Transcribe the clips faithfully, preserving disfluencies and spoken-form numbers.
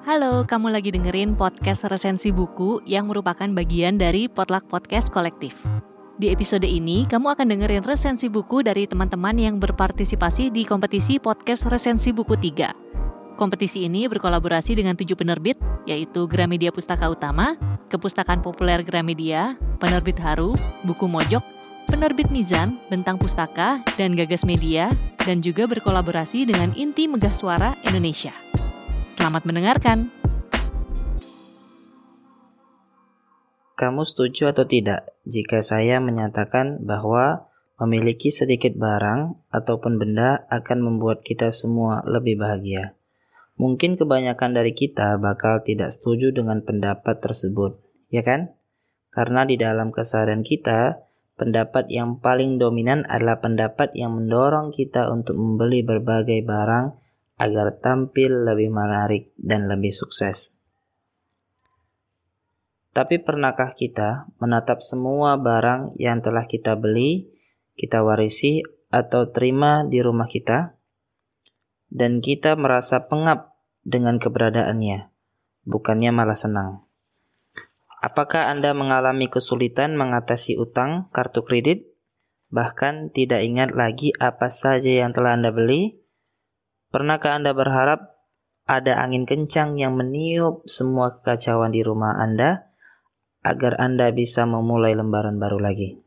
Halo, kamu lagi dengerin podcast resensi buku yang merupakan bagian dari Potluck Podcast Kolektif. Di episode ini, kamu akan dengerin resensi buku dari teman-teman yang berpartisipasi di kompetisi podcast resensi buku tiga. Kompetisi ini berkolaborasi dengan tujuh penerbit, yaitu Gramedia Pustaka Utama, Kepustakaan Populer Gramedia, Penerbit Haru, Buku Mojok, Penerbit Mizan, Bentang Pustaka, dan Gagas Media, dan juga berkolaborasi dengan Inti Megah Suara Indonesia. Selamat mendengarkan. Kamu setuju atau tidak jika saya menyatakan bahwa memiliki sedikit barang ataupun benda akan membuat kita semua lebih bahagia? Mungkin kebanyakan dari kita bakal tidak setuju dengan pendapat tersebut, ya kan? Karena di dalam keseharian kita, pendapat yang paling dominan adalah pendapat yang mendorong kita untuk membeli berbagai barang agar tampil lebih menarik dan lebih sukses. Tapi pernahkah kita menatap semua barang yang telah kita beli, kita warisi, atau terima di rumah kita, dan kita merasa pengap dengan keberadaannya, bukannya malah senang? Apakah Anda mengalami kesulitan mengatasi utang kartu kredit, bahkan tidak ingat lagi apa saja yang telah Anda beli? Pernahkah Anda berharap ada angin kencang yang meniup semua kekacauan di rumah Anda agar Anda bisa memulai lembaran baru lagi?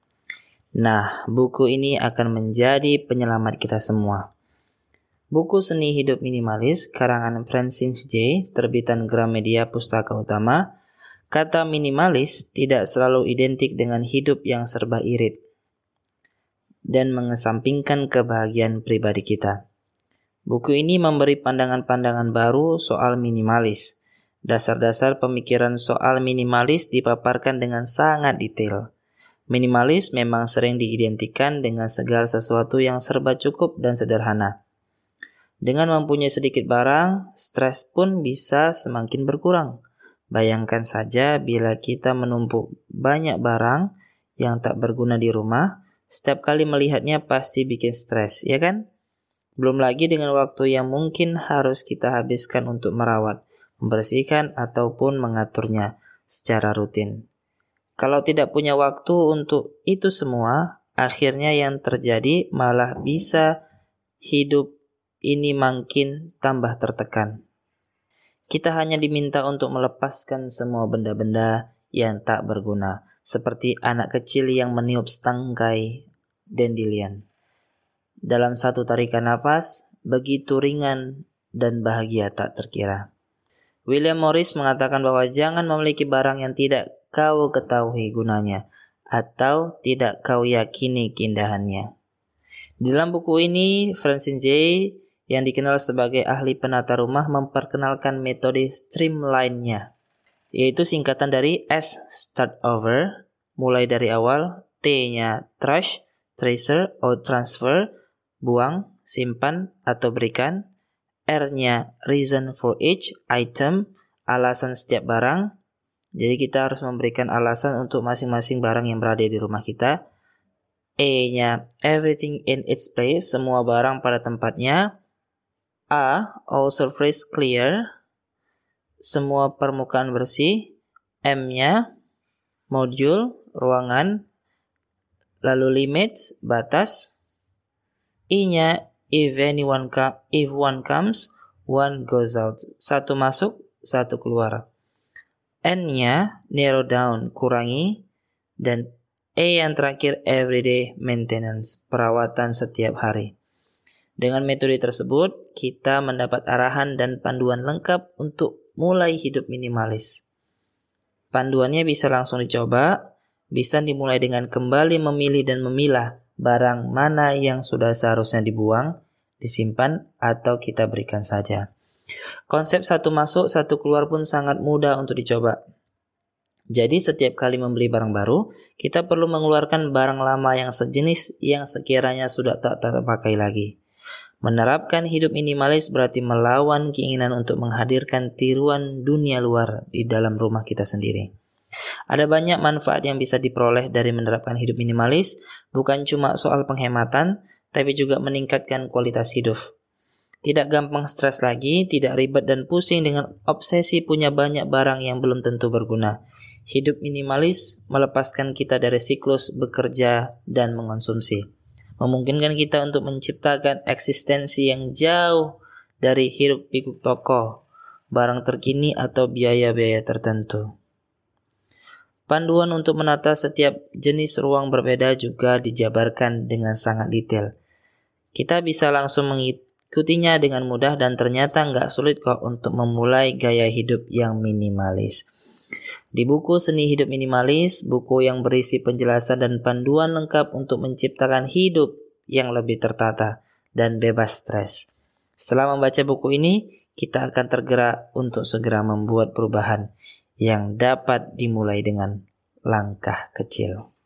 Nah, buku ini akan menjadi penyelamat kita semua. Buku Seni Hidup Minimalis karangan Francis J, terbitan Gramedia Pustaka Utama. Kata minimalis tidak selalu identik dengan hidup yang serba irit dan mengesampingkan kebahagiaan pribadi kita. Buku ini memberi pandangan-pandangan baru soal minimalis. Dasar-dasar pemikiran soal minimalis dipaparkan dengan sangat detail. Minimalis memang sering diidentikan dengan segala sesuatu yang serba cukup dan sederhana. Dengan mempunyai sedikit barang, stres pun bisa semakin berkurang. Bayangkan saja bila kita menumpuk banyak barang yang tak berguna di rumah, setiap kali melihatnya pasti bikin stres, ya kan? Belum lagi dengan waktu yang mungkin harus kita habiskan untuk merawat, membersihkan, ataupun mengaturnya secara rutin. Kalau tidak punya waktu untuk itu semua, akhirnya yang terjadi malah bisa hidup ini makin tambah tertekan. Kita hanya diminta untuk melepaskan semua benda-benda yang tak berguna, seperti anak kecil yang meniup setangkai dandelion. Dalam satu tarikan napas, begitu ringan dan bahagia tak terkira. William Morris mengatakan bahwa jangan memiliki barang yang tidak kau ketahui gunanya atau tidak kau yakini keindahannya. Di dalam buku ini, Francis J, yang dikenal sebagai ahli penata rumah, memperkenalkan metode streamline-nya, yaitu singkatan dari S, start over, mulai dari awal, T-nya trash, treasure atau transfer, buang, simpan, atau berikan. R-nya reason for each item, alasan setiap barang. Jadi kita harus memberikan alasan untuk masing-masing barang yang berada di rumah kita. E-nya everything in its place, semua barang pada tempatnya. A, all surface clear, semua permukaan bersih. M-nya module, ruangan. Lalu limits, batas. I-nya if anyone co- if one comes, one goes out. Satu masuk, satu keluar. N-nya narrow down, kurangi. Dan E yang terakhir everyday maintenance, perawatan setiap hari. Dengan metode tersebut, kita mendapat arahan dan panduan lengkap untuk mulai hidup minimalis. Panduannya bisa langsung dicoba, bisa dimulai dengan kembali memilih dan memilah barang mana yang sudah seharusnya dibuang, disimpan, atau kita berikan saja. Konsep satu masuk, satu keluar pun sangat mudah untuk dicoba. Jadi setiap kali membeli barang baru, kita perlu mengeluarkan barang lama yang sejenis yang sekiranya sudah tak terpakai lagi. Menerapkan hidup minimalis berarti melawan keinginan untuk menghadirkan tiruan dunia luar di dalam rumah kita sendiri. Ada banyak manfaat yang bisa diperoleh dari menerapkan hidup minimalis, bukan cuma soal penghematan, tapi juga meningkatkan kualitas hidup. Tidak gampang stres lagi, tidak ribet dan pusing dengan obsesi punya banyak barang yang belum tentu berguna. Hidup minimalis melepaskan kita dari siklus bekerja dan mengonsumsi. Memungkinkan kita untuk menciptakan eksistensi yang jauh dari hiruk-pikuk toko, barang terkini atau biaya-biaya tertentu. Panduan untuk menata setiap jenis ruang berbeda juga dijabarkan dengan sangat detail. Kita bisa langsung mengikutinya dengan mudah dan ternyata nggak sulit kok untuk memulai gaya hidup yang minimalis. Di buku Seni Hidup Minimalis, buku yang berisi penjelasan dan panduan lengkap untuk menciptakan hidup yang lebih tertata dan bebas stres. Setelah membaca buku ini, kita akan tergerak untuk segera membuat perubahan yang dapat dimulai dengan langkah kecil.